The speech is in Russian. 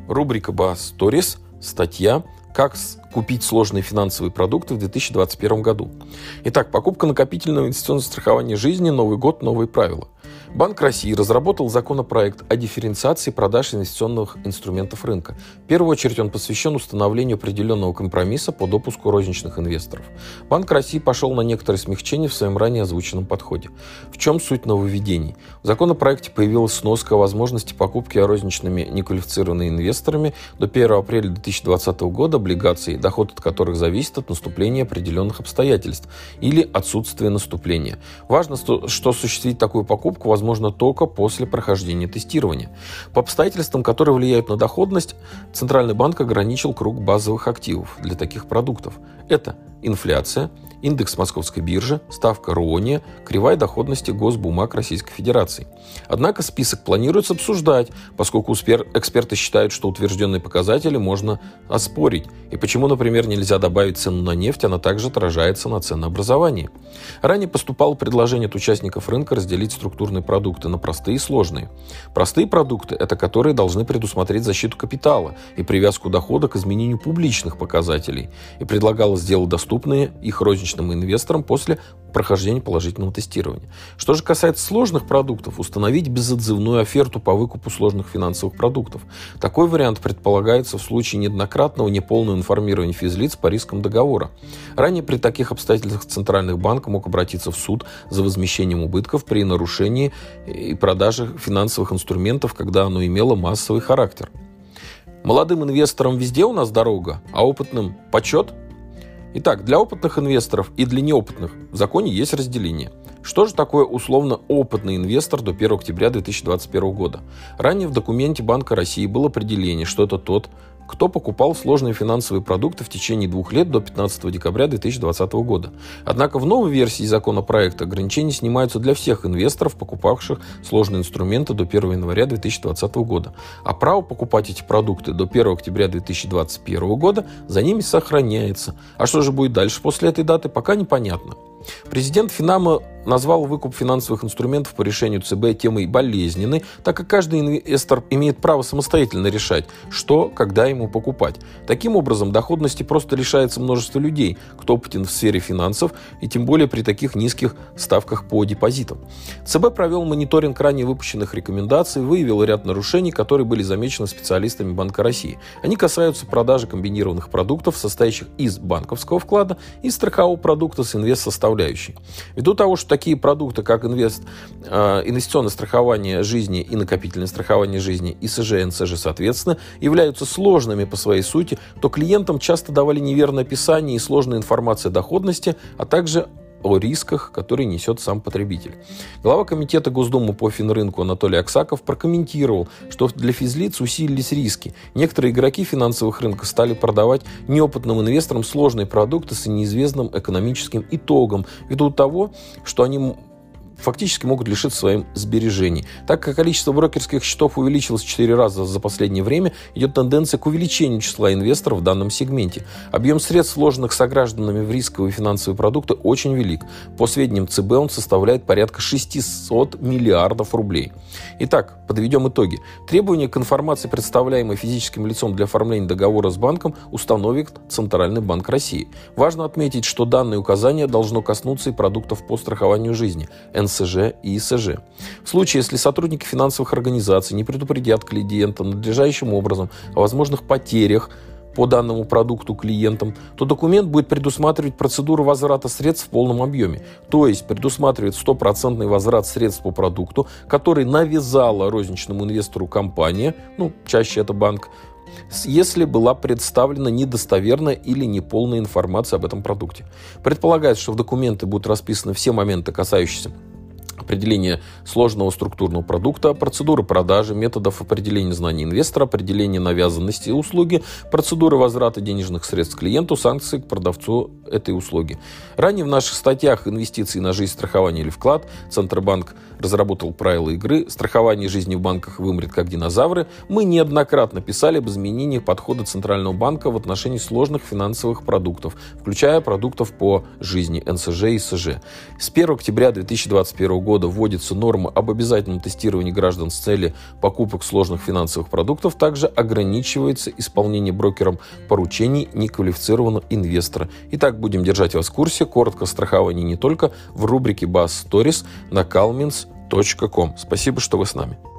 Рубрика «Бас Stories», статья «Как купить сложные финансовые продукты в 2021 году». Итак, покупка накопительного инвестиционного страхования жизни, Новый год, новые правила. Банк России разработал законопроект о дифференциации продаж инвестиционных инструментов рынка. В первую очередь он посвящен установлению определенного компромисса по допуску розничных инвесторов. Банк России пошел на некоторые смягчения в своем ранее озвученном подходе. В чем суть нововведений? В законопроекте появилась сноска о возможности покупки розничными неквалифицированными инвесторами до 1 апреля 2020 года облигаций, доход от которых зависит от наступления определенных обстоятельств или отсутствия наступления. Важно, что осуществить такую покупку возможно только после прохождения тестирования. По обстоятельствам, которые влияют на доходность, Центральный банк ограничил круг базовых активов для таких продуктов. Это инфляция, индекс Московской биржи, ставка РОНИ, кривая доходности госбумаг Российской Федерации. Однако список планируется обсуждать, поскольку эксперты считают, что утвержденные показатели можно оспорить. И почему, например, нельзя добавить цену на нефть, она также отражается на ценообразовании. Ранее поступало предложение от участников рынка разделить структурные продукты на простые и сложные. Простые продукты – это которые должны предусмотреть защиту капитала и привязку дохода к изменению публичных показателей. И предлагалось сделать доступные их розничным инвесторам после прохождения положительного тестирования. Что же касается сложных продуктов, установить безотзывную оферту по выкупу сложных финансовых продуктов. Такой вариант предполагается в случае неоднократного неполного информирования физлиц по рискам договора. Ранее при таких обстоятельствах Центральный банк мог обратиться в суд за возмещением убытков при нарушении и продаже финансовых инструментов, когда оно имело массовый характер. Молодым инвесторам везде у нас дорога, а опытным почет. Итак, для опытных инвесторов и для неопытных в законе есть разделение. Что же такое условно опытный инвестор до 1 октября 2021 года? Ранее в документе Банка России было определение, что это тот, кто покупал сложные финансовые продукты в течение 2 лет до 15 декабря 2020 года. Однако в новой версии законопроекта ограничения снимаются для всех инвесторов, покупавших сложные инструменты до 1 января 2020 года. А право покупать эти продукты до 1 октября 2021 года за ними сохраняется. А что же будет дальше после этой даты, пока непонятно. Президент Финама назвал выкуп финансовых инструментов по решению ЦБ темой болезненной, так как каждый инвестор имеет право самостоятельно решать, что, когда ему покупать. Таким образом, доходности просто лишается множество людей, кто опытен в сфере финансов, и тем более при таких низких ставках по депозитам. ЦБ провел мониторинг ранее выпущенных рекомендаций, выявил ряд нарушений, которые были замечены специалистами Банка России. Они касаются продажи комбинированных продуктов, состоящих из банковского вклада и страхового продукта с инвест-составляющей. Ввиду того, что такие продукты, как инвестиционное страхование жизни и накопительное страхование жизни, ИСЖ, НСЖ, соответственно, являются сложными по своей сути, то клиентам часто давали неверное описание и сложная информация о доходности, а также о рисках, которые несет сам потребитель. Глава комитета Госдумы по финрынку Анатолий Аксаков прокомментировал, что для физлиц усилились риски. Некоторые игроки финансовых рынков стали продавать неопытным инвесторам сложные продукты с неизвестным экономическим итогом, ввиду того, что они фактически могут лишиться своих сбережений. Так как количество брокерских счетов увеличилось в 4 раза за последнее время, идет тенденция к увеличению числа инвесторов в данном сегменте. Объем средств, вложенных согражданами в рисковые финансовые продукты, очень велик. По сведениям ЦБ он составляет порядка 600 миллиардов рублей. Итак, подведем итоги. Требования к информации, представляемой физическим лицом для оформления договора с банком, установит Центральный банк России. Важно отметить, что данное указание должно коснуться и продуктов по страхованию жизни – НСЖ и ИСЖ. В случае, если сотрудники финансовых организаций не предупредят клиента надлежащим образом о возможных потерях по данному продукту клиентам, то документ будет предусматривать процедуру возврата средств в полном объеме. То есть предусматривает 100% возврат средств по продукту, который навязала розничному инвестору компания, чаще это банк, если была представлена недостоверная или неполная информация об этом продукте. Предполагается, что в документы будут расписаны все моменты, касающиеся определение сложного структурного продукта, процедуры продажи, методов определения знаний инвестора, определения навязанности услуги, процедуры возврата денежных средств клиенту, санкции к продавцу этой услуги. Ранее в наших статьях «Инвестиции на жизнь, страхование или вклад» Центробанк разработал правила игры, страхование жизни в банках вымрет как динозавры. Мы неоднократно писали об изменении подхода Центрального банка в отношении сложных финансовых продуктов, включая продуктов по жизни НСЖ и ИСЖ. С 1 октября 2021 года вводится норма об обязательном тестировании граждан с целью покупок сложных финансовых продуктов, также ограничивается исполнение брокером поручений неквалифицированного инвестора. Итак, будем держать вас в курсе. Коротко о страховании не только в рубрике Bass Stories на calmins.com. Спасибо, что вы с нами.